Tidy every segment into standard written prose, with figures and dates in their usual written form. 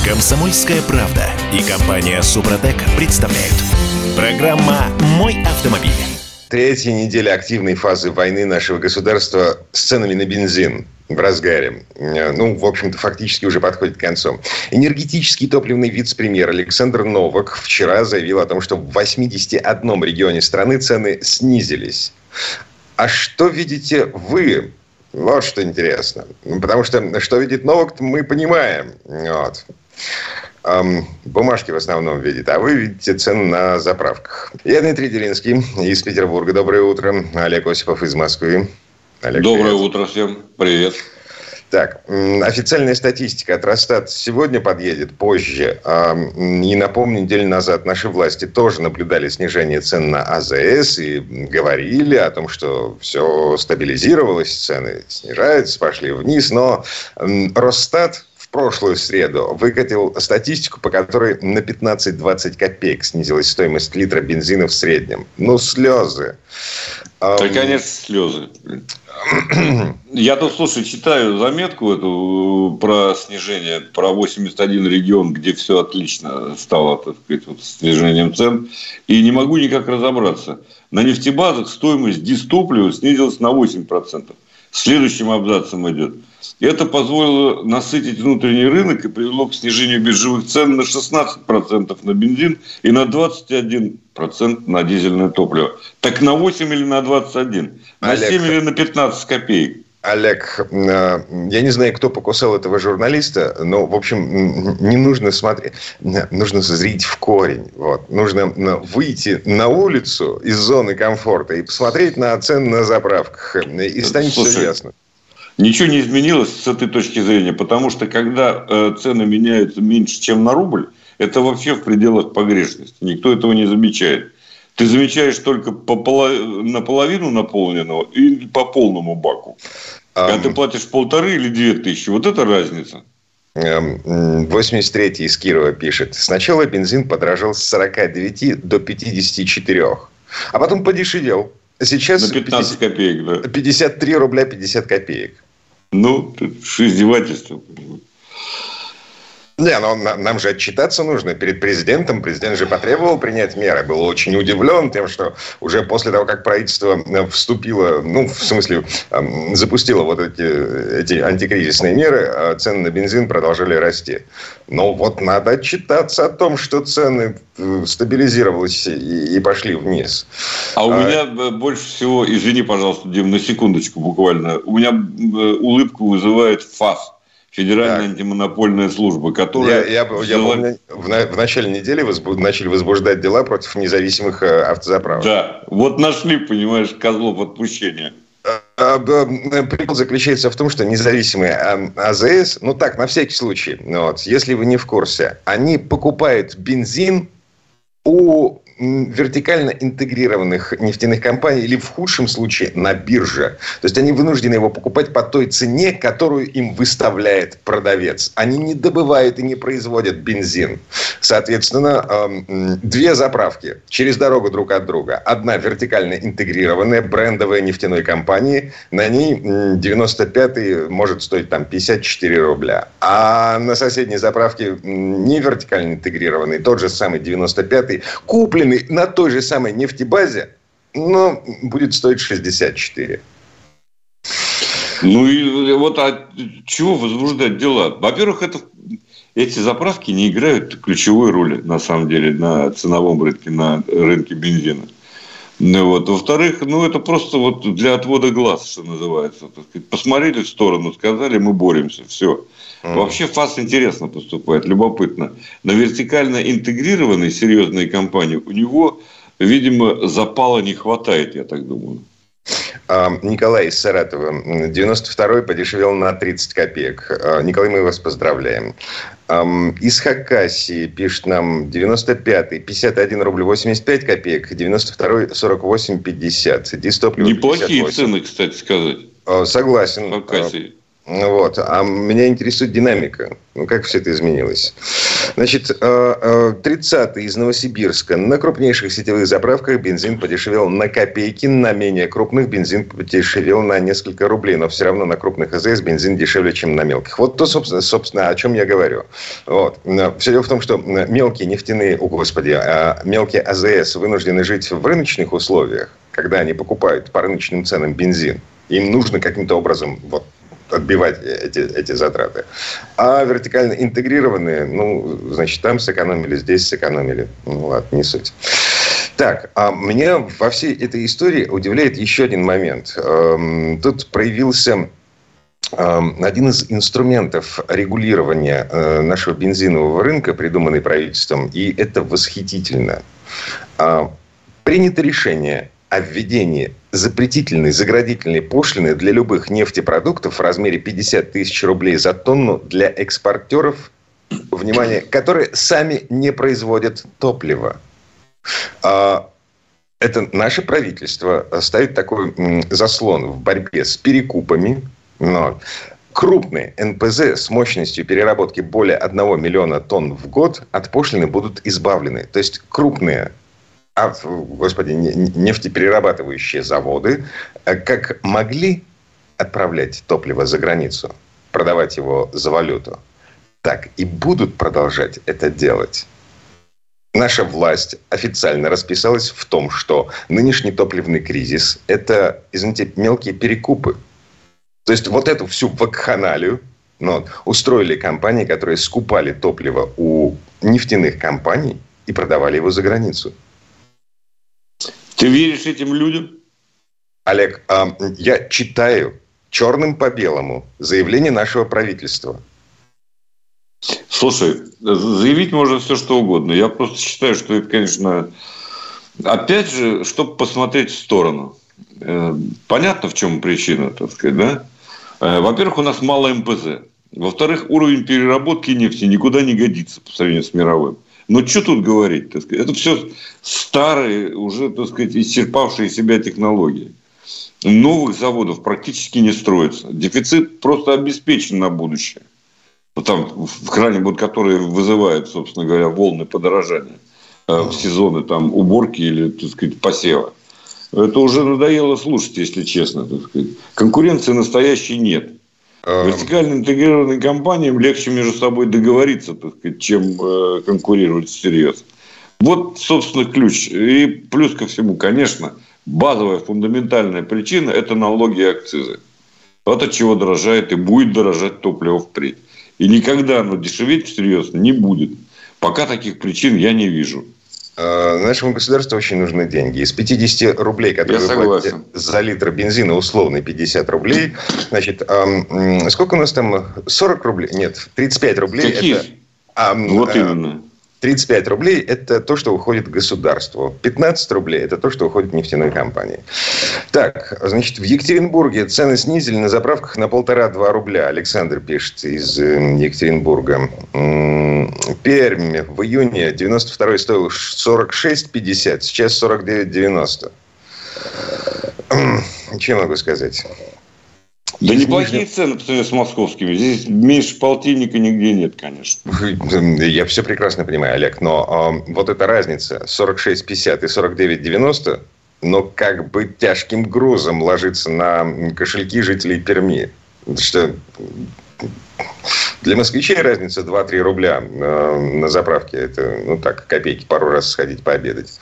Комсомольская правда и компания «Супротек» представляют. Программа «Мой автомобиль». Третья неделя активной фазы войны нашего государства с ценами на бензин в разгаре. В общем-то, фактически уже подходит к концу. Энергетический топливный вице-премьер Александр Новак вчера заявил о том, что в 81 регионе страны цены снизились. А что видите вы? Вот что интересно. Потому что, что видит Новак, мы понимаем. Вот. Бумажки в основном видит, а вы видите цены на заправках. Я Дмитрий Делинский из Петербурга. Доброе утро. Олег Осипов из Москвы. Олег, доброе привет. утро всем. Привет. Так, официальная статистика от Росстата сегодня подъедет, позже. И напомню, неделю назад наши власти тоже наблюдали снижение цен на АЗС и говорили о том, что все стабилизировалось, цены снижаются, пошли вниз. Но Росстат в прошлую среду выкатил статистику, по которой на 15-20 копеек снизилась стоимость литра бензина в среднем. Слезы. Да, конечно, слезы. Я тут, слушай, читаю заметку эту про снижение, про 81 регион, где все отлично стало, так сказать, с снижением цен. И не могу никак разобраться. На нефтебазах стоимость дистоплива снизилась на 8%. Следующим абзацем идет. Это позволило насытить внутренний рынок и привело к снижению биржевых цен на 16% на бензин и на 21% на дизельное топливо. Так на 8 или на 21? На Олег, 7 или на 15 копеек? Олег, я не знаю, кто покусал этого журналиста, но, в общем, не нужно смотреть. Нужно зрить в корень. Вот. Нужно выйти на улицу из зоны комфорта и посмотреть на цены на заправках. И станет все ясно. Ничего не изменилось с этой точки зрения, потому что когда цены меняются меньше, чем на рубль, это вообще в пределах погрешности. Никто этого не замечает. Ты замечаешь только наполовину наполненного или по полному баку. Когда ты платишь 1500 или 2000, вот это разница. 83-й из Кирова пишет. Сначала бензин подорожал с 49 до 54, а потом подешевел. Сейчас на 15 копеек, да. 53 рубля 50 копеек. Это издевательство. Но нам же отчитаться нужно перед президентом. Президент же потребовал принять меры. Был очень удивлен тем, что уже после того, как правительство вступило, запустило вот эти антикризисные меры, цены на бензин продолжали расти. Но вот надо отчитаться о том, что цены стабилизировались и пошли вниз. А у меня больше всего, извини, пожалуйста, Дим, на секундочку буквально, у меня улыбку вызывает ФАС. Федеральная антимонопольная служба, которая... Я помню, в начале недели начали возбуждать дела против независимых автозаправок. Да, вот нашли, понимаешь, козлов отпущения. Прикол заключается в том, что независимые АЗС, на всякий случай, если вы не в курсе, они покупают бензин у вертикально интегрированных нефтяных компаний или в худшем случае на бирже. То есть они вынуждены его покупать по той цене, которую им выставляет продавец. Они не добывают и не производят бензин. Соответственно, две заправки через дорогу друг от друга. Одна вертикально интегрированная брендовая нефтяной компании. На ней 95-й может стоить 54 рубля. А на соседней заправке не вертикально интегрированный, тот же самый 95-й, купленный на той же самой нефтебазе, но будет стоить 64. Чего возбуждать дела? Во-первых, эти заправки не играют ключевой роли, на самом деле, на ценовом рынке, на рынке бензина. Во-вторых, это просто для отвода глаз, что называется. Посмотрели в сторону, сказали, мы боремся, все. Вообще ФАС интересно поступает, любопытно. На вертикально интегрированной серьезной компании у него, видимо, запала не хватает, я так думаю. Николай из Саратова. 92-й подешевел на 30 копеек. Николай, мы вас поздравляем. Из Хакасии пишет нам 95-й 51 рубль 85 копеек, 92-й 48,50. Дистопливо 58. Неплохие цены, кстати сказать. Согласен. В Хакасии. Вот. А меня интересует динамика. Как все это изменилось? Значит, 30-й из Новосибирска. На крупнейших сетевых заправках бензин подешевел на копейки. На менее крупных бензин подешевел на несколько рублей. Но все равно на крупных АЗС бензин дешевле, чем на мелких. Вот то, собственно, о чем я говорю. Вот. Все дело в том, что мелкие нефтяные, мелкие АЗС вынуждены жить в рыночных условиях, когда они покупают по рыночным ценам бензин. Им нужно каким-то образом отбивать эти затраты. А вертикально интегрированные, значит, там сэкономили, здесь сэкономили. Ладно, не суть. Так, а меня во всей этой истории удивляет еще один момент. Тут проявился один из инструментов регулирования нашего бензинового рынка, придуманный правительством, и это восхитительно. Принято решение о введении запретительной, заградительной пошлины для любых нефтепродуктов в размере 50 тысяч рублей за тонну для экспортеров, внимание, которые сами не производят топливо. Это наше правительство ставит такой заслон в борьбе с перекупами. Но крупные НПЗ с мощностью переработки более 1 миллиона тонн в год от пошлины будут избавлены. То есть крупные нефтеперерабатывающие заводы как могли отправлять топливо за границу, продавать его за валюту, так и будут продолжать это делать. Наша власть официально расписалась в том, что нынешний топливный кризис – это, извините, мелкие перекупы. То есть вот эту всю вакханалию устроили компании, которые скупали топливо у нефтяных компаний и продавали его за границу. Ты веришь этим людям? Олег, я читаю черным по белому заявление нашего правительства. Слушай, заявить можно все, что угодно. Я просто считаю, что это, конечно, опять же, чтобы посмотреть в сторону. Понятно, в чем причина, так сказать, да? Во-первых, у нас мало МПЗ. Во-вторых, уровень переработки нефти никуда не годится по сравнению с мировым. Но что тут говорить, так сказать? Это все старые, уже, так сказать, исчерпавшие себя технологии. Новых заводов практически не строится. Дефицит просто обеспечен на будущее. Там, в крайнем, которые вызывают, собственно говоря, волны подорожания в сезоны там, уборки или, так сказать, посева. Это уже надоело слушать, если честно. Так сказать. Конкуренции настоящей нет. Вертикально интегрированным компаниям легче между собой договориться, так сказать, чем конкурировать всерьез. Вот, собственно, ключ. И плюс ко всему, конечно, базовая фундаментальная причина – это налоги и акцизы. Вот от чего дорожает и будет дорожать топливо впредь. И никогда оно дешеветь всерьез не будет. Пока таких причин я не вижу. Нашему государству очень нужны деньги. Из 50 рублей, которые вы платите за литр бензина, условно 50 рублей. Значит, сколько у нас там? 40 рублей? Нет, 35 рублей. Какие? Вот именно. 35 рублей – это то, что уходит государству. 15 рублей – это то, что уходит нефтяной компании. Так, значит, в Екатеринбурге цены снизили на заправках на 1,5-2 рубля. Александр пишет из Екатеринбурга. Пермь в июне 92-й стоил 46,50, сейчас 49,90. Чем могу сказать? Да неплохие цены по сравнению с московскими. Здесь меньше полтинника нигде нет, конечно. Я все прекрасно понимаю, Олег. Но вот эта разница 46,50 и 49,90, но как бы тяжким грузом ложится на кошельки жителей Перми. Что для москвичей разница 2-3 рубля на заправке. Это, так, копейки, пару раз сходить пообедать.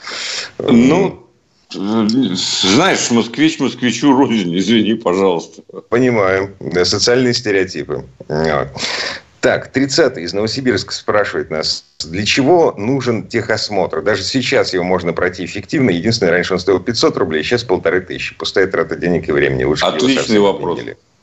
Знаешь, москвич москвичу рознь, извини, пожалуйста. Понимаю. Социальные стереотипы. Так, 30-й из Новосибирска спрашивает нас, для чего нужен техосмотр? Даже сейчас его можно пройти эффективно. Единственное, раньше он стоил 500 рублей, сейчас 1500. Пустая трата денег и времени. Лучше отличный вопрос.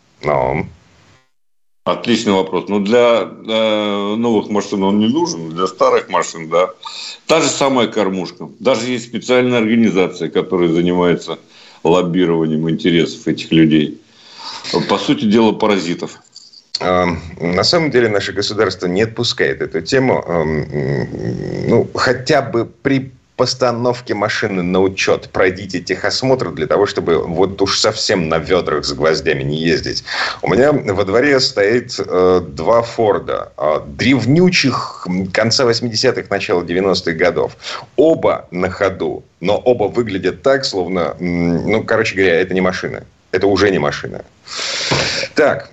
Отличный вопрос. Но для новых машин он не нужен, для старых машин, да. Та же самая кормушка. Даже есть специальная организация, которая занимается лоббированием интересов этих людей. По сути дела, паразитов. На самом деле, наше государство не отпускает эту тему. Хотя бы при постановке машины на учет пройдите техосмотр для того, чтобы вот уж совсем на ведрах с гвоздями не ездить. У меня во дворе стоит 2 Форда, древнючих конца 80-х, начала 90-х годов. Оба на ходу, но оба выглядят так, словно, короче говоря, это не машина. Это уже не машина. Так.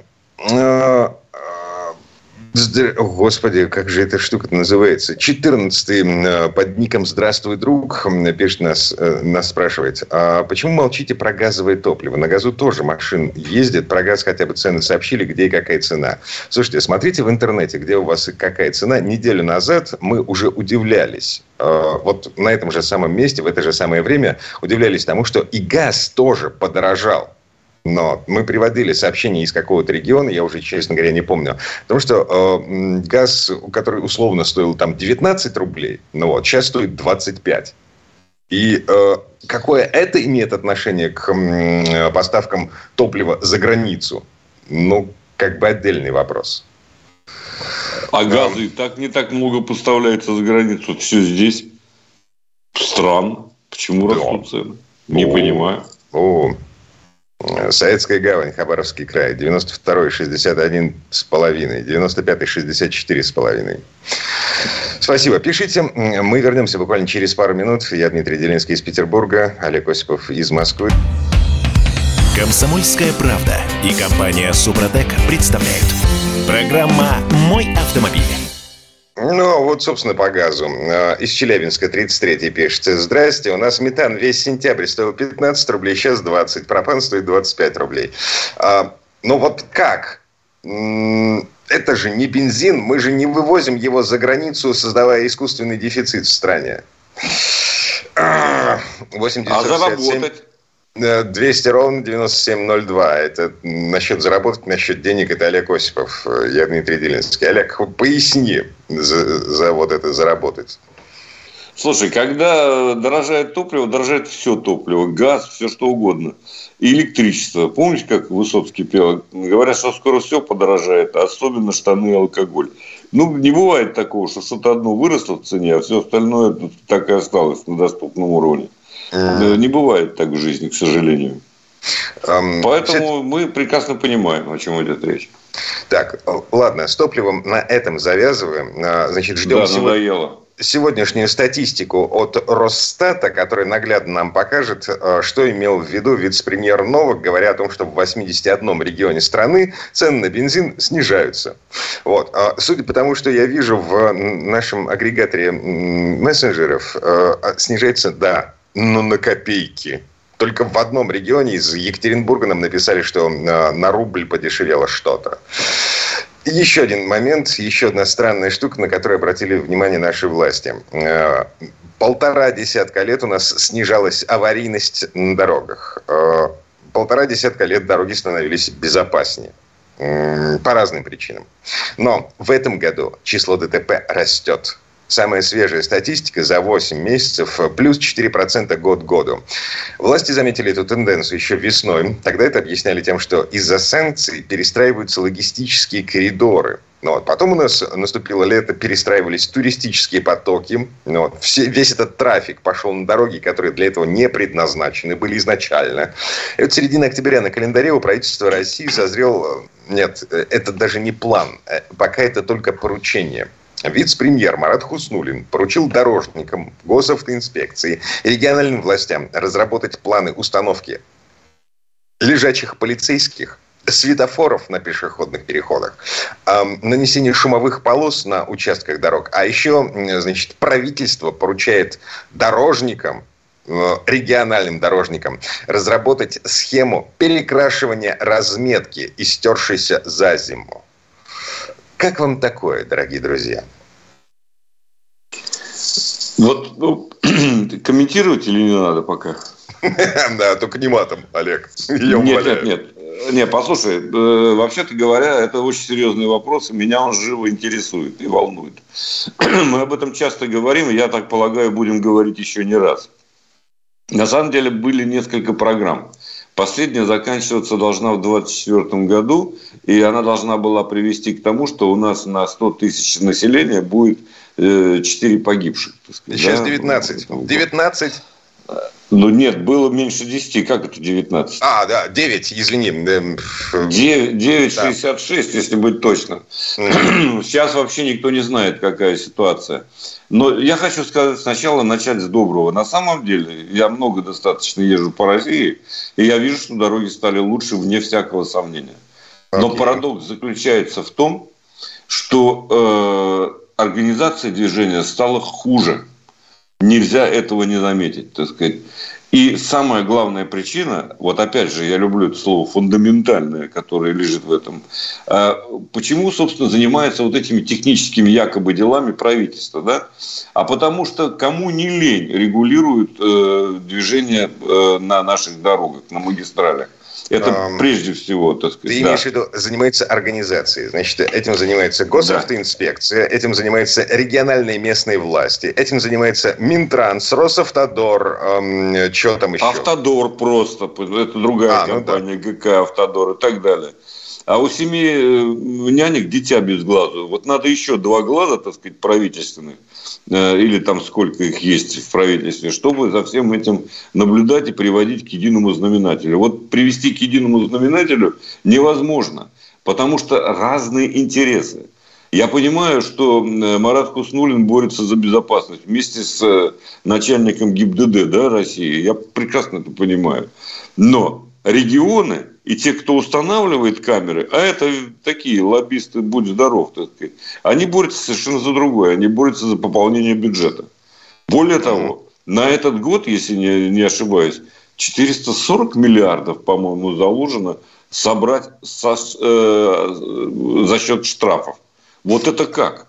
Господи, как же эта штука называется? 14-й под ником «Здравствуй, друг» пишет нас спрашивает. А почему молчите про газовое топливо? На газу тоже машин ездит. Про газ хотя бы цены сообщили, где и какая цена. Слушайте, смотрите в интернете, где у вас и какая цена. Неделю назад мы уже удивлялись. Вот на этом же самом месте, в это же самое время удивлялись тому, что и газ тоже подорожал. Но мы приводили сообщение из какого-то региона, я уже, честно говоря, не помню, потому что газ, который условно стоил там 19 рублей, сейчас стоит 25. И какое это имеет отношение к поставкам топлива за границу? Как бы отдельный вопрос. А газа и так не так много поставляется за границу. Все здесь. Странно. Почему растут цены? Не понимаю. Советская гавань, Хабаровский край. 92-й 61,5. 95-й 64,5. Спасибо. Пишите. Мы вернемся буквально через пару минут. Я Дмитрий Делинский из Петербурга. Олег Осипов из Москвы. «Комсомольская правда» и компания «Супротек» представляют. Программа «Мой автомобиль». Собственно, по газу. Из Челябинска 33-й пишет. Здрасте, у нас метан весь сентябрь стоил 15 рублей, сейчас 20. Пропан стоит 25 рублей. Как? Это же не бензин. Мы же не вывозим его за границу, создавая искусственный дефицит в стране. заработать? 200 ровно 9702. Это насчет заработать, насчет денег. Это Олег Осипов. Я Дмитрий Делинский. Олег, поясни за вот это заработать. Слушай, когда дорожает топливо, дорожает все топливо. Газ, все что угодно. И электричество. Помнишь, как Высоцкий пел? Говорят, что скоро все подорожает, особенно штаны и алкоголь. Не бывает такого, что что-то одно выросло в цене, а все остальное так и осталось на доступном уровне. Не бывает так в жизни, к сожалению. Поэтому мы прекрасно понимаем, о чем идет речь. Так, ладно, с топливом на этом завязываем. Значит, ждем сегодняшнюю статистику от Росстата, которая наглядно нам покажет, что имел в виду вице-премьер Новак, говоря о том, что в 81 регионе страны цены на бензин снижаются. Судя по тому, что я вижу в нашем агрегаторе мессенджеров, снижается, на копейки. Только в одном регионе из Екатеринбурга нам написали, что на рубль подешевело что-то. Еще один момент, еще одна странная штука, на которую обратили внимание наши власти. 1,5 десятка лет у нас снижалась аварийность на дорогах. 1,5 десятка лет дороги становились безопаснее. По разным причинам. Но в этом году число ДТП растет. Самая свежая статистика за 8 месяцев плюс 4% год к году. Власти заметили эту тенденцию еще весной. Тогда это объясняли тем, что из-за санкций перестраиваются логистические коридоры. Потом у нас наступило лето, перестраивались туристические потоки. Весь этот трафик пошел на дороги, которые для этого не предназначены были изначально. И вот середина октября на календаре у правительства России созрел... Нет, это даже не план. Пока это только поручение. Вице-премьер Марат Хуснуллин поручил дорожникам, госавтоинспекции и региональным властям разработать планы установки лежачих полицейских, светофоров на пешеходных переходах, нанесение шумовых полос на участках дорог. А еще, правительство поручает дорожникам, региональным дорожникам разработать схему перекрашивания разметки, истершейся за зиму. Как вам такое, дорогие друзья? Комментировать или не надо пока? Да, только не матом, Олег. Нет, послушай, вообще-то говоря, это очень серьезный вопрос, и меня он живо интересует и волнует. Мы об этом часто говорим, и я так полагаю, будем говорить еще не раз. На самом деле были несколько программ Последняя заканчиваться должна в 2024 году, и она должна была привести к тому, что у нас на 100 тысяч населения будет 4 погибших. Сейчас 19. 19? Ну нет, было меньше 10. Как это 19? Да, 9, извини. 9,66, если быть точно. Сейчас вообще никто не знает, какая ситуация. Но я хочу сказать, сначала начать с доброго. На самом деле, я много достаточно езжу по России, и я вижу, что дороги стали лучше, вне всякого сомнения. Но парадокс заключается в том, что организация движения стала хуже. Нельзя этого не заметить, так сказать. И самая главная причина, вот опять же, я люблю это слово фундаментальное, которое лежит в этом. Почему, собственно, занимается вот этими техническими якобы делами правительство, да? А потому что кому не лень регулирует движение на наших дорогах, на магистралях. Это прежде всего, так сказать. Ты имеешь в виду, занимается организацией. Значит, этим занимается госавтоинспекция, этим занимаются региональные местные власти, этим занимается Минтранс, Росавтодор, что там еще? Автодор просто, это другая компания, ГК, Автодор и так далее. А у 7 нянек дитя без глазу. Вот надо еще 2 глаза, так сказать, правительственных, или там сколько их есть в правительстве, чтобы за всем этим наблюдать и приводить к единому знаменателю. Вот привести к единому знаменателю невозможно, потому что разные интересы. Я понимаю, что Марат Хуснуллин борется за безопасность вместе с начальником ГИБДД, России. Я прекрасно это понимаю. Но регионы и те, кто устанавливает камеры, а это такие лоббисты, будь здоров, так сказать, они борются совершенно за другое. Они борются за пополнение бюджета. Более того, на этот год, если не ошибаюсь, 440 миллиардов, по-моему, заложено собрать за счет штрафов. Вот это как?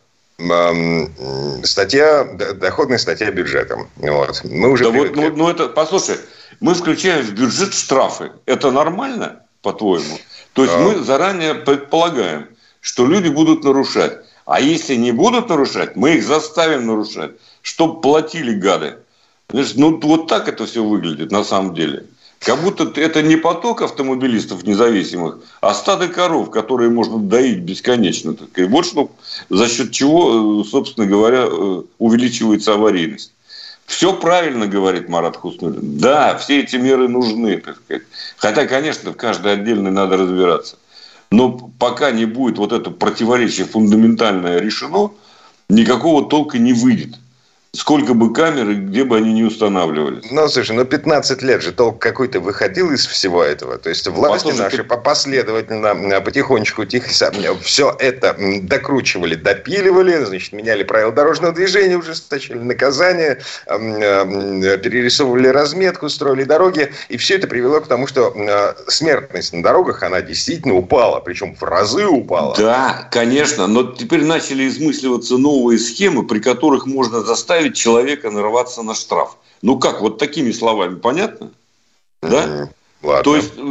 Доходная статья бюджета. Вот. Мы уже это, послушай, мы включаем в бюджет штрафы. Это нормально, по-твоему? То есть мы заранее предполагаем, что люди будут нарушать. А если не будут нарушать, мы их заставим нарушать, чтобы платили гады. Знаешь, вот так это все выглядит на самом деле. Как будто это не поток автомобилистов независимых, а стадо коров, которые можно доить бесконечно. И вот что, за счет чего, собственно говоря, увеличивается аварийность. Все правильно говорит Марат Хуснуллин. Да, все эти меры нужны, так сказать. Хотя, конечно, в каждой отдельной надо разбираться. Но пока не будет вот это противоречие фундаментальное решено, никакого толка не выйдет. Сколько бы камер и где бы они ни устанавливались. Слушай, 15 лет же толк какой-то выходил из всего этого. То есть власти наши последовательно, потихонечку, все это докручивали, допиливали, значит, меняли правила дорожного движения, ужесточили наказания, перерисовывали разметку, строили дороги. И все это привело к тому, что смертность на дорогах, она действительно упала. Причем в разы упала. Да, конечно. Но теперь начали измысливаться новые схемы, при которых можно заставить человека нарваться на штраф. Ну как, вот такими словами, понятно? Да? Ладно. То есть,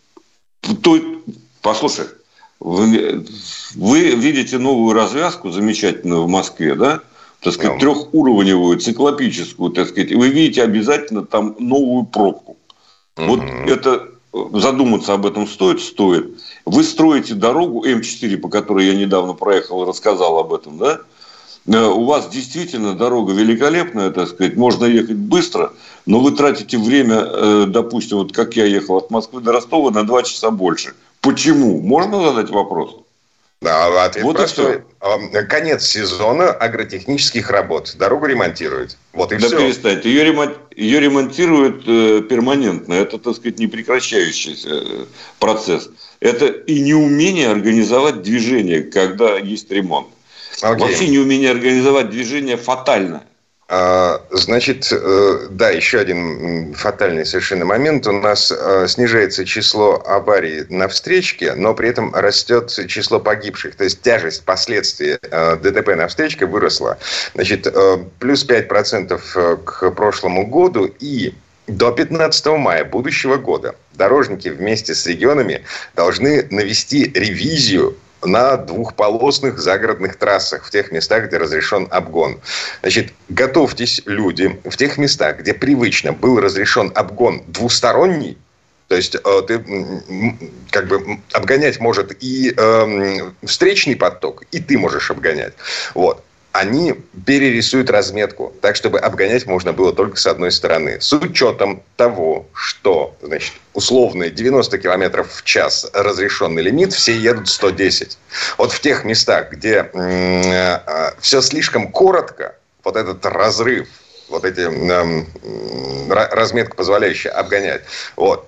послушай, вы видите новую развязку замечательную в Москве, да? Так сказать, трехуровневую, циклопическую, так сказать. И вы видите обязательно там новую пробку. Вот это задуматься об этом стоит? Стоит. Вы строите дорогу М4, по которой я недавно проехал и рассказал об этом, да? У вас действительно дорога великолепная, так сказать, можно ехать быстро, но вы тратите время, допустим, вот как я ехал от Москвы до Ростова, на 2 часа больше. Почему? Можно задать вопрос? Да, ответ вот простой. Конец сезона агротехнических работ. Дорогу ремонтируют. Вот и все. Да перестаньте. Ее ремонтируют перманентно. Это, так сказать, непрекращающийся процесс. Это и неумение организовать движение, когда есть ремонт. Вообще неумение организовать движение фатально. Значит, да, еще один фатальный совершенно момент. У нас снижается число аварий на встречке, но при этом растет число погибших. То есть тяжесть последствий ДТП на встречке выросла. Значит, плюс 5% к прошлому году. И до 15 мая будущего года дорожники вместе с регионами должны навести ревизию на двухполосных загородных трассах в тех местах, где разрешен обгон. Значит, готовьтесь, люди, в тех местах, где привычно был разрешен обгон двусторонний, То есть ты как бы обгонять может и встречный поток, и ты можешь обгонять. Вот. Они перерисуют разметку так, чтобы обгонять можно было только с одной стороны. С учетом того, что, значит, условные 90 км в час разрешенный лимит, все едут 110. Вот в тех местах, где все слишком коротко, вот этот разрыв, вот эти разметка, позволяющая обгонять, вот,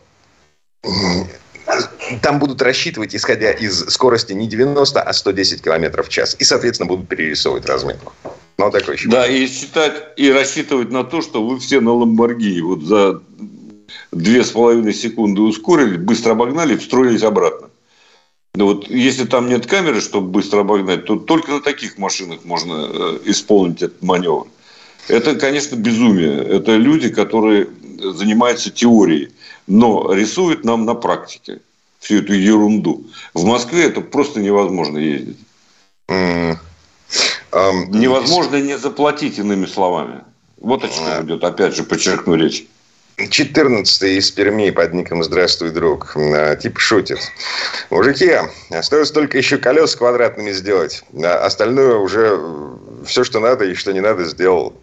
там будут рассчитывать, исходя из скорости не 90, а 110 км в час. И, соответственно, будут перерисовывать разметку. Ну, такой еще. Да, и считать, и рассчитывать на то, что вы все на Ламборгини вот за 2,5 секунды ускорили, быстро обогнали и встроились обратно. Но вот если там нет камеры, чтобы быстро обогнать, то только на таких машинах можно исполнить этот маневр. Это, конечно, безумие. Это люди, которые занимаются теорией, но рисуют нам на практике всю эту ерунду. В Москве это просто невозможно ездить. Невозможно не заплатить, иными словами. Вот о чем идет, опять же, подчеркну речь. 14-й из Перми под ником «Здравствуй, друг». Тип шутит. Мужики, осталось только еще колес квадратными сделать. А остальное уже все, что надо и что не надо, сделал.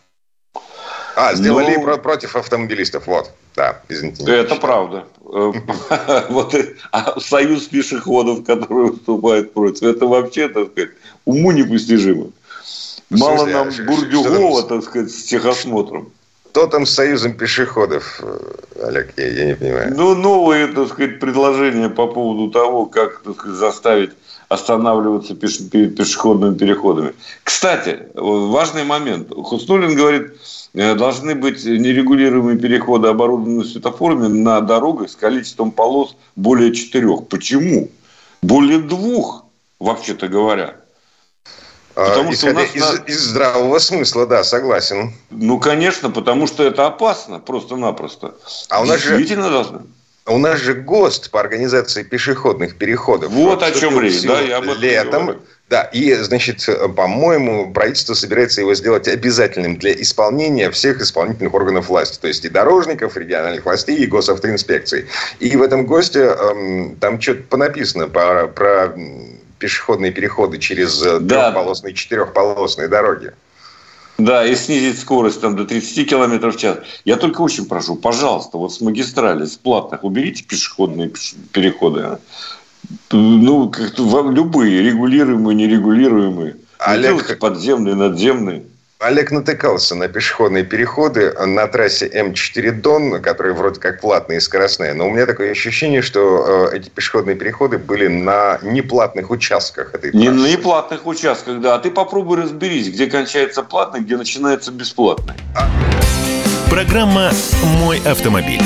Сделали против автомобилистов. Вот. Да, извините. Это правда. Вот, а союз пешеходов, которые выступают против, это вообще, так сказать, уму непостижимо. Мало нам Бурдюгова, так сказать, с техосмотром. Кто там с союзом пешеходов, Олег, я не понимаю. Новые, так сказать, предложения по поводу того, как, так сказать, заставить останавливаться перед пешеходными переходами. Кстати, важный момент. Хуснуллин говорит, должны быть нерегулируемые переходы, оборудованные светофорами на дорогах с количеством полос более 4. Почему? Более 2, вообще-то говоря. Потому что из здравого смысла, да, согласен. Ну, конечно, потому что это опасно, просто-напросто. А у нас действительно должны. У нас же ГОСТ по организации пешеходных переходов. Вот о чем речь, да, я об этом летом. говорю. Да, и, значит, по-моему, правительство собирается его сделать обязательным для исполнения всех исполнительных органов власти. То есть и дорожников, и региональных властей, и госавтоинспекций. И в этом ГОСТе там что-то понаписано про пешеходные переходы через трехполосные, четырехполосные дороги. Да, и снизить скорость там до 30 км в час. Я только очень прошу, пожалуйста, вот с магистрали, с платных, уберите пешеходные переходы. Ну, как-то любые, регулируемые, нерегулируемые. Олег, подземные, надземные. Олег натыкался на пешеходные переходы на трассе М4 Дон, которые вроде как платные и скоростные. Но у меня такое ощущение, что эти пешеходные переходы были на неплатных участках этой трассы. Не на неплатных участках, да. А ты попробуй разберись, где кончается платный, где начинается бесплатный. Программа «Мой автомобиль».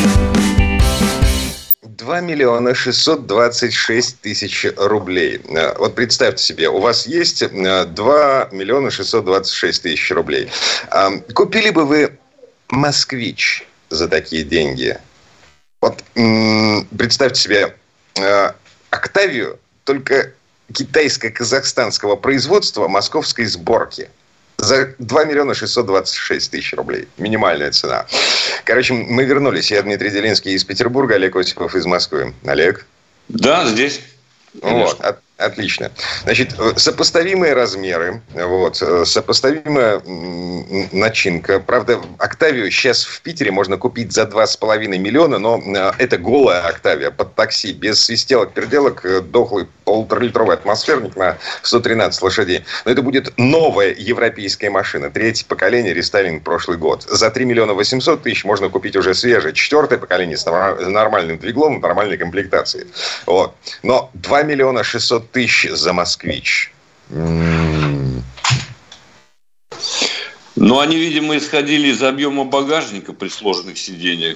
2 миллиона 626 тысяч рублей. Вот представьте себе, у вас есть 2 миллиона 626 тысяч рублей. Купили бы вы «Москвич» за такие деньги? Вот представьте себе «Октавию», только китайско-казахстанского производства московской сборки. За 2 миллиона 626 тысяч рублей. Минимальная цена. Короче, мы вернулись. Я Дмитрий Делинский из Петербурга, Олег Осипов из Москвы. Олег? Да, здесь. Вот, отлично. Значит, сопоставимые размеры, вот, сопоставимая начинка. Правда, «Октавию» сейчас в Питере можно купить за 2,5 миллиона, но это голая «Октавия» под такси, без свистелок-переделок, дохлый 1,5-литровый атмосферник на 113 лошадей. Но это будет новая европейская машина, 3-е поколение, рестайлинг прошлый год. За 3 миллиона 800 тысяч можно купить уже свежее 4-е поколение с нормальным двиглом, нормальной комплектацией. Вот. Но 2 миллиона 600 тысяч за «Москвич». Ну, они, видимо, исходили из объема багажника при сложенных сиденьях.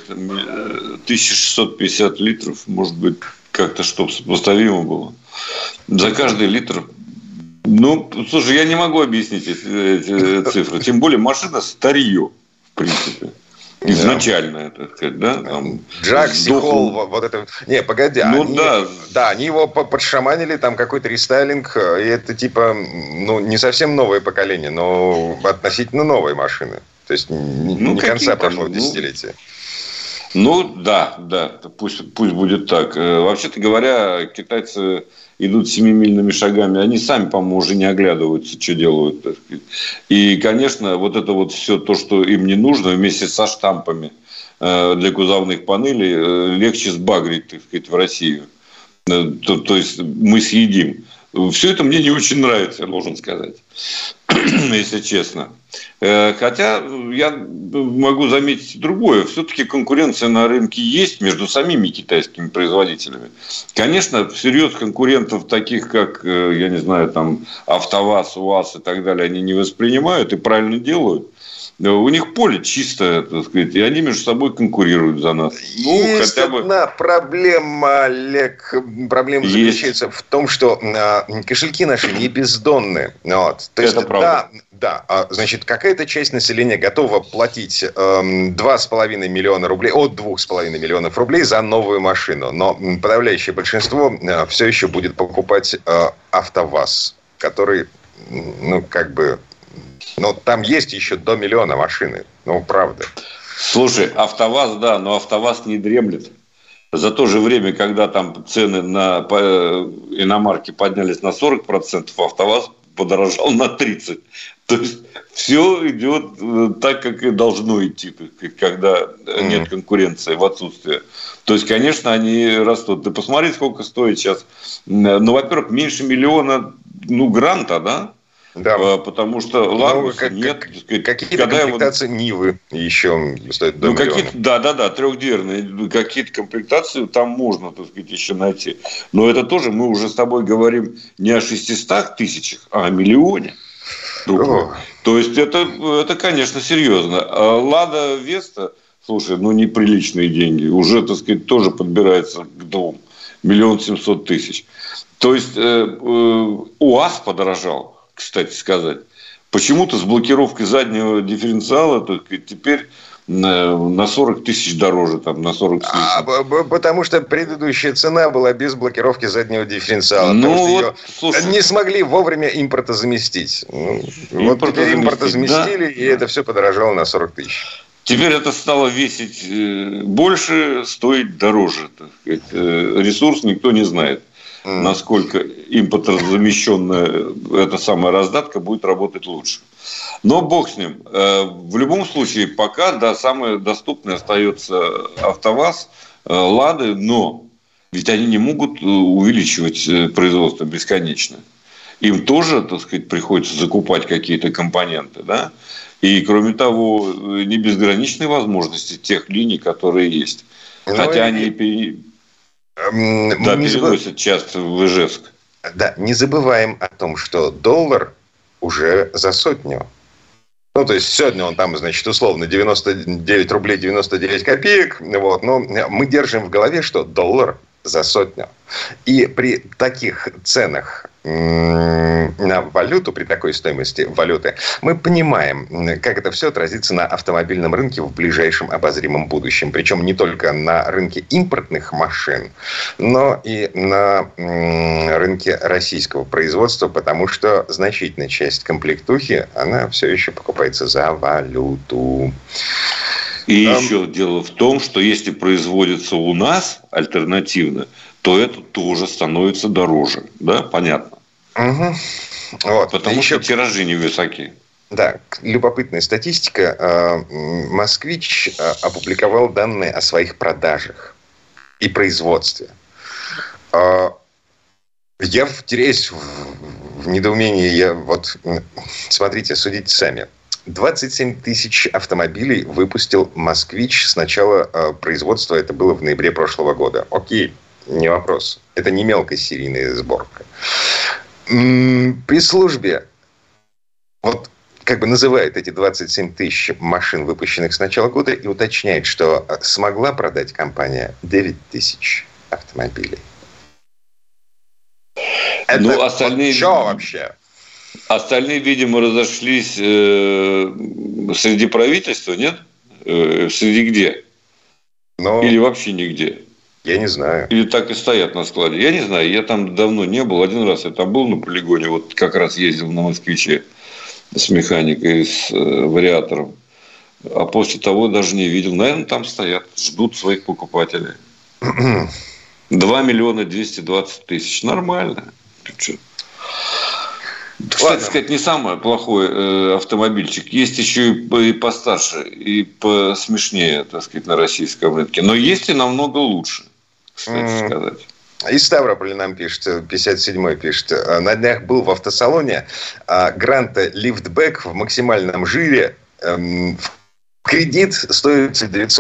1650 литров, может быть, как-то чтобы сопоставимо было. За каждый литр. Ну, слушай, я не могу объяснить эти цифры. Тем более машина старье, в принципе. Изначально, так сказать, да? Джакси, Холл, вот это... Не, погоди. Они его подшаманили, там какой-то рестайлинг, и это типа, ну, не совсем новое поколение, но относительно новые машины. То есть не конца прошлого десятилетия. Да, пусть будет так. Вообще-то говоря, китайцы идут семимильными шагами. Они сами, по-моему, уже не оглядываются, что делают. Так сказать. И, конечно, вот это вот все то, что им не нужно, вместе со штампами для кузовных панелей, легче сбагрить, так сказать, в Россию. То есть мы съедим. Все это мне не очень нравится, я должен сказать, если честно. Хотя я могу заметить другое. Все-таки конкуренция на рынке есть между самими китайскими производителями. Конечно, всерьез конкурентов таких, как, я не знаю, там АвтоВАЗ, УАЗ и так далее, они не воспринимают и правильно делают. У них поле чистое, так сказать, и они между собой конкурируют за нас. Есть хотя бы одна проблема, Олег. Проблема заключается в том, что кошельки наши не бездонны. Вот. То есть, это правда. Да, значит, какая-то часть населения готова платить 2,5 миллиона рублей, от 2,5 миллионов рублей за новую машину. Но подавляющее большинство все еще будет покупать АвтоВАЗ, который, там есть еще до миллиона машины. Правда. Слушай, АвтоВАЗ, да, но АвтоВАЗ не дремлет. За то же время, когда там цены на иномарки поднялись на 40%, АвтоВАЗ подорожал на 30%. То есть все идет так, как и должно идти, когда нет конкуренции в отсутствие. То есть, конечно, они растут. Ты посмотри, сколько стоит сейчас. Во-первых, меньше миллиона гранта, да? Да. Потому что Ларгуса нет. Какие-то комплектации Нивы еще стоят до миллиона. Да, трехдверные. Какие-то комплектации там можно, так сказать, еще найти. Но это тоже мы уже с тобой говорим не о 600 тысячах, а о миллионе. То есть это, конечно, серьезно. А Лада Веста, слушай, неприличные деньги. Уже, так сказать, тоже подбирается к 2 700 000. То есть УАЗ подорожал. Кстати сказать. Почему-то с блокировкой заднего дифференциала теперь на 40 тысяч дороже, там, на 40 тысяч. Потому что предыдущая цена была без блокировки заднего дифференциала. Ее не смогли вовремя импортозаместить. Теперь импортозаместили, да, и это все подорожало на 40 тысяч. Теперь это стало весить больше, стоить дороже. Так сказать. Ресурс никто не знает. Насколько импортозамещенная эта самая раздатка будет работать лучше. Но бог с ним. В любом случае, пока самое доступное остается АвтоВАЗ, Лады, но ведь они не могут увеличивать производство бесконечно. Им тоже, так сказать, приходится закупать какие-то компоненты, да? И, кроме того, не безграничные возможности тех линий, которые есть. Хотя они переносят часто в Ижевск. Да, не забываем о том, что доллар уже за 100. То есть сегодня он там, значит, условно 99 рублей 99 копеек. Но мы держим в голове, что доллар за 100. И при таких ценах на валюту, при такой стоимости валюты, мы понимаем, как это все отразится на автомобильном рынке в ближайшем обозримом будущем. Причем не только на рынке импортных машин, но и на рынке российского производства, потому что значительная часть комплектухи, она все еще покупается за валюту. И еще дело в том, что если производится у нас альтернативно, то это тоже становится дороже. Да, понятно? Угу. Потому что тиражи невысоки. Да, любопытная статистика. «Москвич» опубликовал данные о своих продажах и производстве. Я теряюсь в недоумении. Смотрите, судите сами. 27 тысяч автомобилей выпустил «Москвич» с начала производства. Это было в ноябре прошлого года. Окей, не вопрос. Это не мелкосерийная сборка. При службе называет эти 27 тысяч машин, выпущенных с начала года, и уточняет, что смогла продать компания 9 тысяч автомобилей. Это остальные... что вообще? Остальные, видимо, разошлись среди правительства, нет? Среди где? Или вообще нигде? Я не знаю. Или так и стоят на складе? Я не знаю, я там давно не был. Один раз я там был на полигоне, как раз ездил на «Москвиче» с механикой, с вариатором. А после того даже не видел. Наверное, там стоят, ждут своих покупателей. 2 миллиона 220 тысяч. Нормально. Кстати сказать, не самый плохой автомобильчик. Есть еще и постарше, и посмешнее, так сказать, на российском рынке. Но есть и намного лучше, кстати сказать. Из Ставрополя нам пишет, 57-й пишет. На днях был в автосалоне Гранта лифтбэк в максимальном жире. Кредит стоит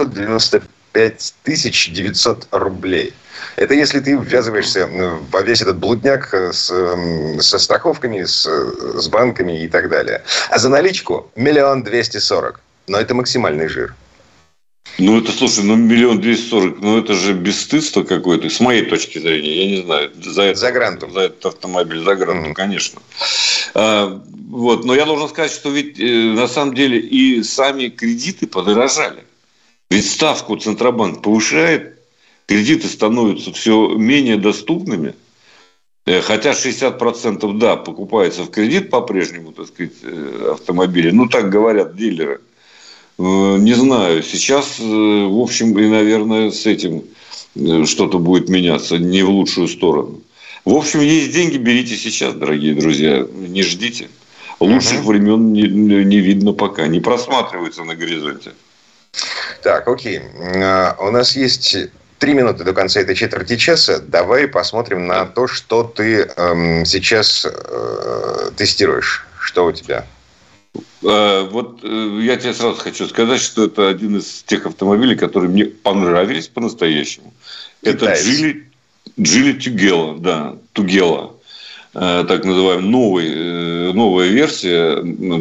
995 900 рублей. Это если ты ввязываешься во весь этот блудняк со страховками, с банками и так далее. А за наличку 1 240 000. Но это максимальный жир. Ну, это, слушай, 1 240 000, это же бесстыдство какое-то, с моей точки зрения, я не знаю, за этот автомобиль, за Гранту, конечно. Вот, но я должен сказать, что ведь на самом деле и сами кредиты подорожали. Ведь ставку Центробанк повышает, кредиты становятся все менее доступными, хотя 60% да, покупается в кредит по-прежнему, так сказать, автомобили, ну, так говорят дилеры. Не знаю, сейчас, в общем, и, наверное, с этим что-то будет меняться не в лучшую сторону. В общем, есть деньги, берите сейчас, дорогие друзья, не ждите. Лучших времен не видно пока, не просматривается на горизонте. Так, окей. У нас есть 3 минуты до конца этой четверти часа. Давай посмотрим на то, что ты сейчас тестируешь. Что у тебя? Вот я тебе сразу хочу сказать, что это один из тех автомобилей, которые мне понравились по-настоящему. Это Geely Tugela, да, Tugela, так называемая новая версия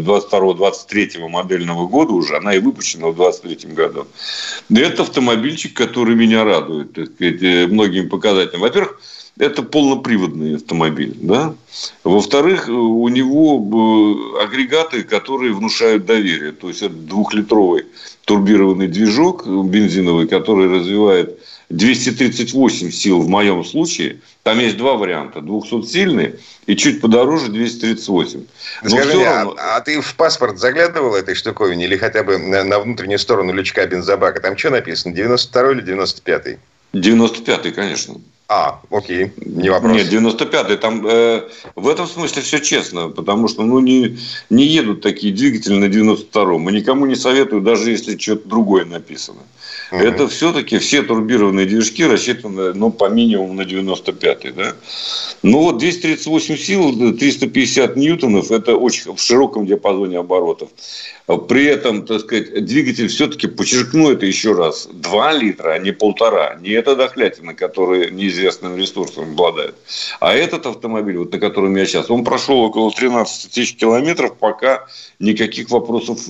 22-23 модельного года уже, она и выпущена в 23 году. Это автомобильчик, который меня радует, так сказать, многими показателями. Во-первых, это полноприводный автомобиль, да. Во-вторых, у него агрегаты, которые внушают доверие. То есть, это 2-литровый турбированный движок бензиновый, который развивает 238 сил в моем случае. Там есть 2 варианта. 200-сильный и чуть подороже 238. Скажи мне, а ты в паспорт заглядывал этой штуковине или хотя бы на внутреннюю сторону лючка бензобака? Там что написано? 92-й или 95-й? 95-й, конечно. Окей, не вопрос. Нет, 95-й. Там в этом смысле все честно, потому что не едут такие двигатели на 92-м. И никому не советую, даже если что-то другое написано. Это все-таки все турбированные движки рассчитаны по минимуму на 95-й. Да? Ну вот 238 сил, 350 ньютонов, это очень в широком диапазоне оборотов. При этом, так сказать, двигатель все-таки, подчеркну это еще раз, 2 литра, а не 1,5. Не эта дохлятина, которая неизвестным ресурсом обладает. А этот автомобиль, вот на котором я сейчас, он прошел около 13 тысяч километров, пока никаких вопросов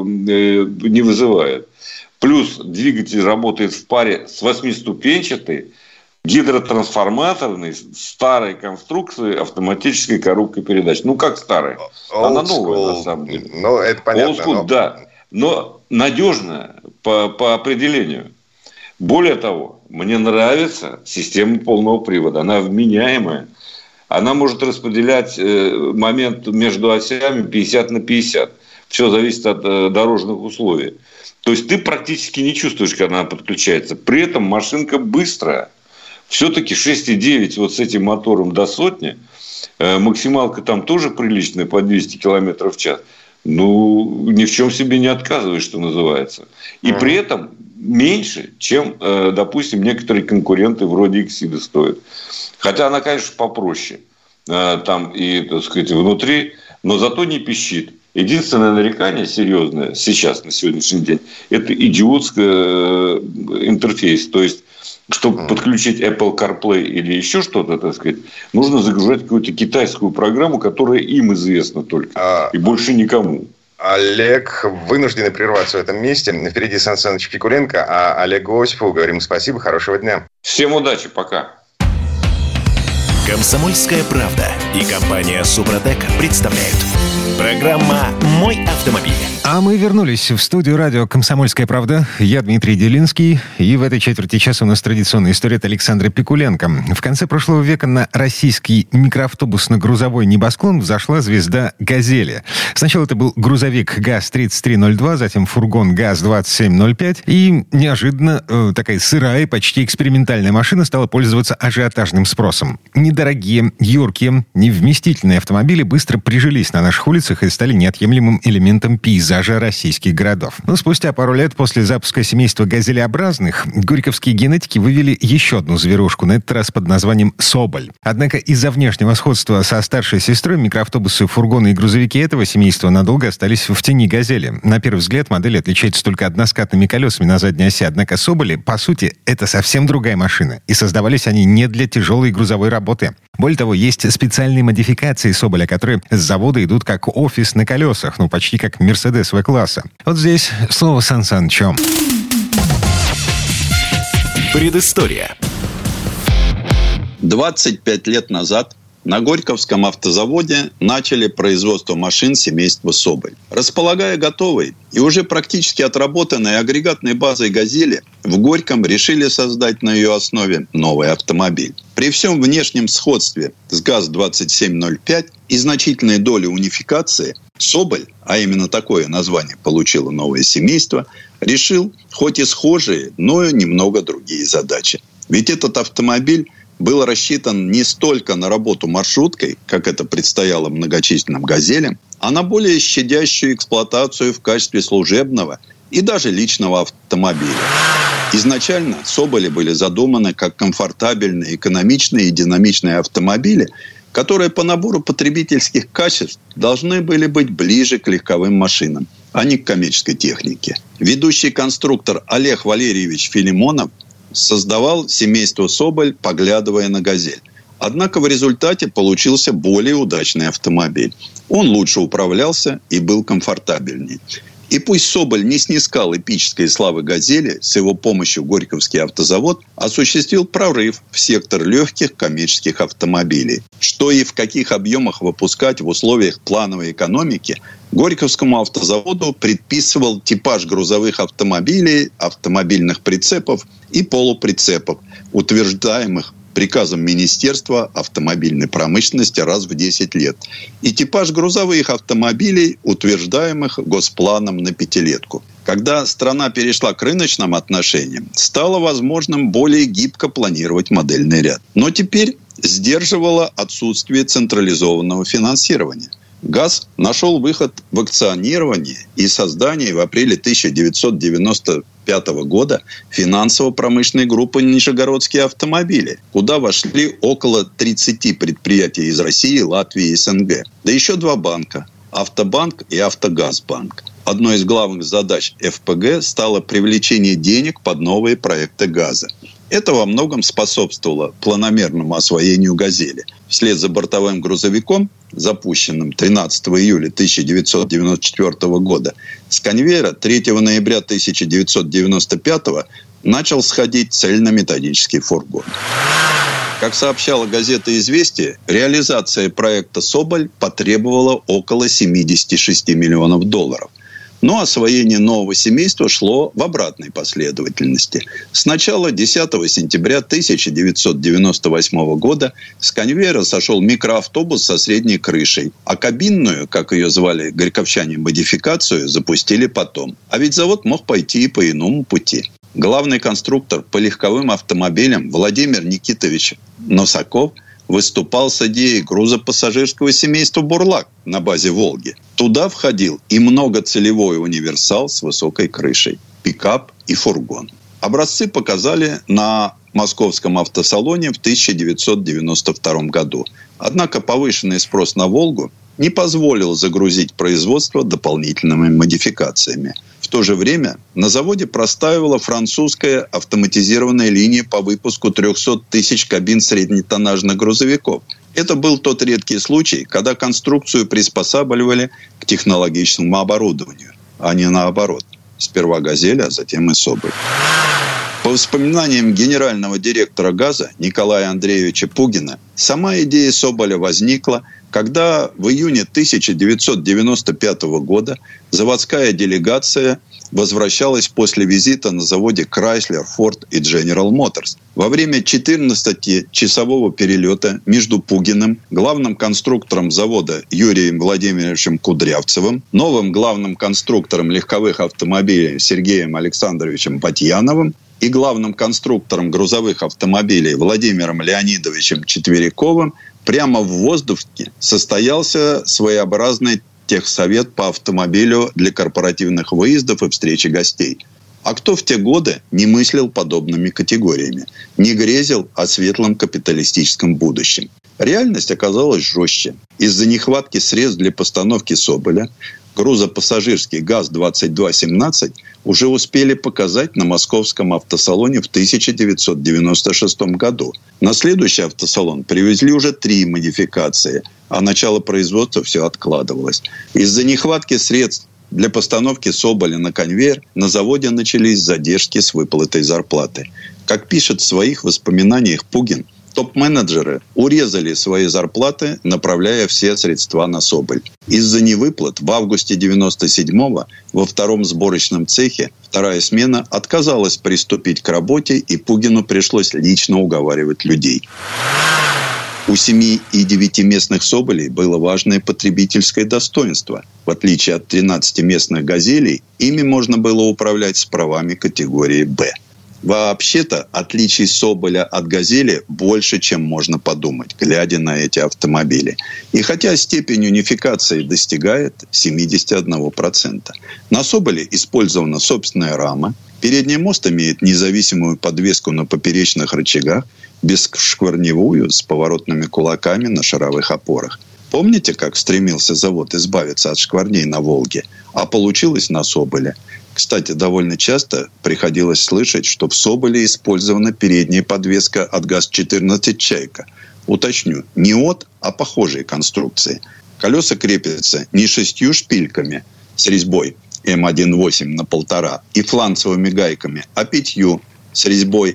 не вызывает. Плюс двигатель работает в паре с 8-ступенчатой гидротрансформаторной старой конструкции автоматической коробкой передач. Ну, как старая. Она новая, на самом деле. Ну, это понятно. Old school, да. Но надежная по определению. Более того, мне нравится система полного привода. Она вменяемая. Она может распределять момент между осями 50/50. Все зависит от дорожных условий. То есть, ты практически не чувствуешь, когда она подключается. При этом машинка быстрая. Все-таки 6,9 вот с этим мотором до 100. Максималка там тоже приличная, по 200 км в час. Ну, ни в чем себе не отказываешь, что называется. И при этом меньше, чем, допустим, некоторые конкуренты вроде Exida стоят. Хотя она, конечно, попроще. Там и, так сказать, внутри, но зато не пищит. Единственное нарекание серьезное сейчас, на сегодняшний день, это идиотский интерфейс. То есть, чтобы подключить Apple CarPlay или еще что-то, так сказать, нужно загружать какую-то китайскую программу, которая им известна только. И больше никому. Олег, вынуждены прерваться в этом месте. Впереди Сан Саныч Пикуленко, а Олегу Осипову говорим спасибо, хорошего дня. Всем удачи, пока. «Комсомольская правда» и компания «Супротек» представляют. Программа «Мой автомобиль». А мы вернулись в студию радио «Комсомольская правда». Я Дмитрий Делинский. И в этой четверти часа у нас традиционная история от Александра Пикуленко. В конце прошлого века на российский микроавтобусно-грузовой небосклон взошла звезда «Газели». Сначала это был грузовик ГАЗ-3302, затем фургон ГАЗ-2705. И неожиданно такая сырая, почти экспериментальная машина стала пользоваться ажиотажным спросом. Недорогие, юркие, невместительные автомобили быстро прижились на наших улицах и стали неотъемлемым элементом пейзажа российских городов. Но спустя пару лет после запуска семейства газелеобразных горьковские генетики вывели еще одну зверушку, на этот раз под названием «Соболь». Однако из-за внешнего сходства со старшей сестрой микроавтобусы, фургоны и грузовики этого семейства надолго остались в тени «Газели». На первый взгляд модель отличается только односкатными колесами на задней оси, однако «Соболи», по сути, это совсем другая машина, и создавались они не для тяжелой грузовой работы. Более того, есть специальные модификации «Соболя», которые с завода идут как офис на колесах, почти как «Мерседес» В-класса. Вот здесь слово Сан Санычу. Предыстория. 25 лет назад на Горьковском автозаводе начали производство машин семейства «Соболь». Располагая готовой и уже практически отработанной агрегатной базой «Газели», в Горьком решили создать на ее основе новый автомобиль. При всем внешнем сходстве с ГАЗ-2705 и значительной долей унификации «Соболь», а именно такое название получило новое семейство, решил хоть и схожие, но и немного другие задачи. Ведь этот автомобиль был рассчитан не столько на работу маршруткой, как это предстояло многочисленным «Газелям», а на более щадящую эксплуатацию в качестве служебного и даже личного автомобиля. Изначально «Соболи» были задуманы как комфортабельные, экономичные и динамичные автомобили, которые по набору потребительских качеств должны были быть ближе к легковым машинам, а не к коммерческой технике. Ведущий конструктор Олег Валерьевич Филимонов создавал семейство «Соболь», поглядывая на «Газель». Однако в результате получился более удачный автомобиль. Он лучше управлялся и был комфортабельнее. И пусть «Соболь» не снискал эпической славы «Газели», с его помощью Горьковский автозавод осуществил прорыв в сектор легких коммерческих автомобилей. Что и в каких объемах выпускать в условиях плановой экономики, Горьковскому автозаводу предписывал типаж грузовых автомобилей, автомобильных прицепов и полуприцепов, утверждаемых приказом Министерства автомобильной промышленности раз в 10 лет, и типаж грузовых автомобилей, утверждаемых Госпланом на 5-летку. Когда страна перешла к рыночным отношениям, стало возможным более гибко планировать модельный ряд. Но теперь сдерживало отсутствие централизованного финансирования. ГАЗ нашел выход в акционирование и создание в апреле 1995 года финансово-промышленной группы «Нижегородские автомобили», куда вошли около 30 предприятий из России, Латвии и СНГ. Да еще 2 банка – Автобанк и Автогазбанк. Одной из главных задач ФПГ стало привлечение денег под новые проекты газа. Это во многом способствовало планомерному освоению «Газели». Вслед за бортовым грузовиком, запущенным 13 июля 1994 года, с конвейера 3 ноября 1995 начал сходить цельнометаллический фургон. Как сообщала газета «Известия», реализация проекта «Соболь» потребовала около 76 миллионов долларов. Но освоение нового семейства шло в обратной последовательности. Сначала 10 сентября 1998 года с конвейера сошел микроавтобус со средней крышей, а кабинную, как ее звали горьковчане, модификацию запустили потом. А ведь завод мог пойти и по иному пути. Главный конструктор по легковым автомобилям Владимир Никитович Носаков выступал с идеей грузопассажирского семейства «Бурлак» на базе «Волги». Туда входил и многоцелевой универсал с высокой крышей, пикап и фургон. Образцы показали на Московском автосалоне в 1992 году. Однако повышенный спрос на «Волгу» не позволил загрузить производство дополнительными модификациями. В то же время на заводе простаивала французская автоматизированная линия по выпуску 300 тысяч кабин среднетоннажных грузовиков. Это был тот редкий случай, когда конструкцию приспосабливали к технологическому оборудованию, а не наоборот. Сперва «Газель», а затем и «Соболь». По воспоминаниям генерального директора «ГАЗа» Николая Андреевича Пугина, сама идея Соболя возникла, когда в июне 1995 года заводская делегация возвращалась после визита на заводе Chrysler, Ford и General Motors. Во время 14-часового перелета между Пугиным, главным конструктором завода Юрием Владимировичем Кудрявцевым, новым главным конструктором легковых автомобилей Сергеем Александровичем Батьяновым и главным конструктором грузовых автомобилей Владимиром Леонидовичем Четвериковым прямо в воздухе состоялся своеобразный техсовет по автомобилю для корпоративных выездов и встречи гостей. А кто в те годы не мыслил подобными категориями, не грезил о светлом капиталистическом будущем? Реальность оказалась жестче. Из-за нехватки средств для постановки Соболя грузопассажирский ГАЗ-2217 уже успели показать на московском автосалоне в 1996 году. На следующий автосалон привезли уже 3 модификации, а начало производства все откладывалось. Из-за нехватки средств для постановки Соболя на конвейер на заводе начались задержки с выплатой зарплаты. Как пишет в своих воспоминаниях Пугин, топ-менеджеры урезали свои зарплаты, направляя все средства на Соболь. Из-за невыплат в августе 1997-го во втором сборочном цехе вторая смена отказалась приступить к работе, и Пугину пришлось лично уговаривать людей. У 7 и 9-местных «Соболей» было важное потребительское достоинство. В отличие от 13-местных «Газелей», ими можно было управлять с правами категории «Б». Вообще-то отличий Соболя от «Газели» больше, чем можно подумать, глядя на эти автомобили. И хотя степень унификации достигает 71%. На Соболе использована собственная рама, передний мост имеет независимую подвеску на поперечных рычагах, бесшкварневую, с поворотными кулаками на шаровых опорах. Помните, как стремился завод избавиться от шкварней на «Волге»? А получилось на Соболе. Кстати, довольно часто приходилось слышать, что в Соболе использована передняя подвеска от ГАЗ-14 «Чайка». Уточню, не от, а похожей конструкции. Колеса крепятся не 6 шпильками с резьбой М1.8 на 1,5 и фланцевыми гайками, а 5 с резьбой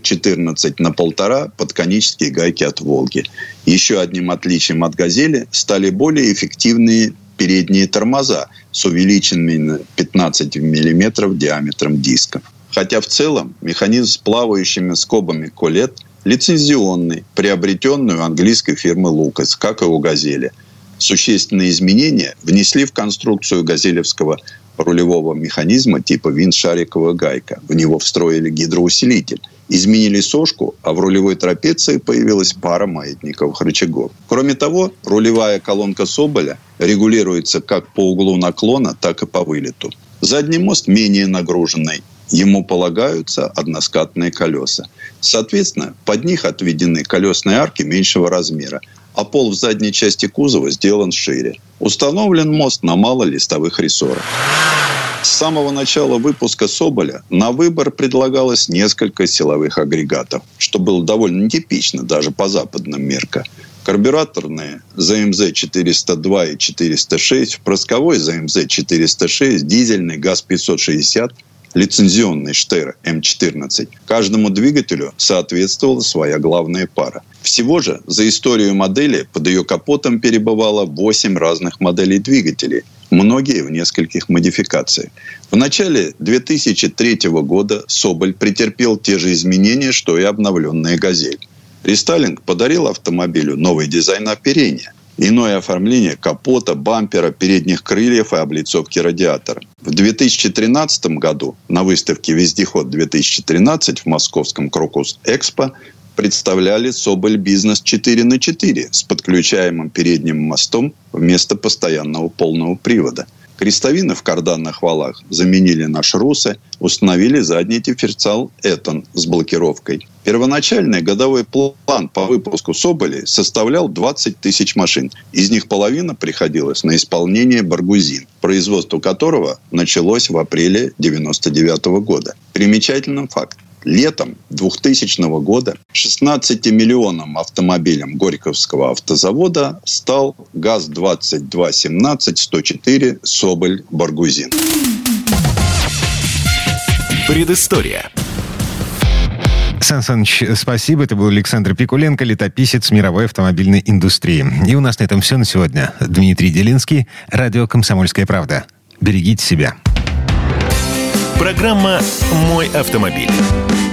М14 на 1,5 под конические гайки от «Волги». Еще одним отличием от «Газели» стали более эффективные передние тормоза с увеличенными на 15 мм диаметром дисков. Хотя в целом механизм с плавающими скобами «Колет» лицензионный, приобретенный у английской фирмы «Лукас», как и у «Газели». Существенные изменения внесли в конструкцию газелевского рулевого механизма типа винт-шариковая гайка. В него встроили гидроусилитель. Изменили сошку, а в рулевой трапеции появилась пара маятниковых рычагов. Кроме того, рулевая колонка Соболя регулируется как по углу наклона, так и по вылету. Задний мост менее нагруженный. Ему полагаются односкатные колеса. Соответственно, под них отведены колесные арки меньшего размера, а пол в задней части кузова сделан шире. Установлен мост на малолистовых рессорах. С самого начала выпуска Соболя на выбор предлагалось несколько силовых агрегатов, что было довольно нетипично даже по западным меркам. Карбюраторные ЗМЗ-402 и 406, впрысковой ЗМЗ-406, дизельный ГАЗ-560, лицензионный Штейр М14. Каждому двигателю соответствовала своя главная пара. Всего же за историю модели под ее капотом перебывало 8 разных моделей двигателей, многие в нескольких модификациях. В начале 2003 года Соболь претерпел те же изменения, что и обновленная «Газель». Рестайлинг подарил автомобилю новый дизайн оперения, иное оформление капота, бампера, передних крыльев и облицовки радиатора. В 2013 году на выставке «Вездеход-2013» в московском Крокус-Экспо представляли Соболь Бизнес 4х4 с подключаемым передним мостом вместо постоянного полного привода. Крестовины в карданных валах заменили на шрусы, установили задний дифференциал Этон с блокировкой. Первоначальный годовой план по выпуску Соболей составлял 20 тысяч машин. Из них половина приходилась на исполнение «Баргузин», производство которого началось в апреле 1999 года. Примечательным фактом. Летом 2000 года 16-миллионным автомобилем Горьковского автозавода стал ГАЗ-2217-104 «Соболь Баргузин». Предыстория. Сан Саныч, спасибо. Это был Александр Пикуленко, летописец мировой автомобильной индустрии. И у нас на этом все на сегодня. Дмитрий Делинский, радио «Комсомольская правда». Берегите себя. Программа «Мой автомобиль».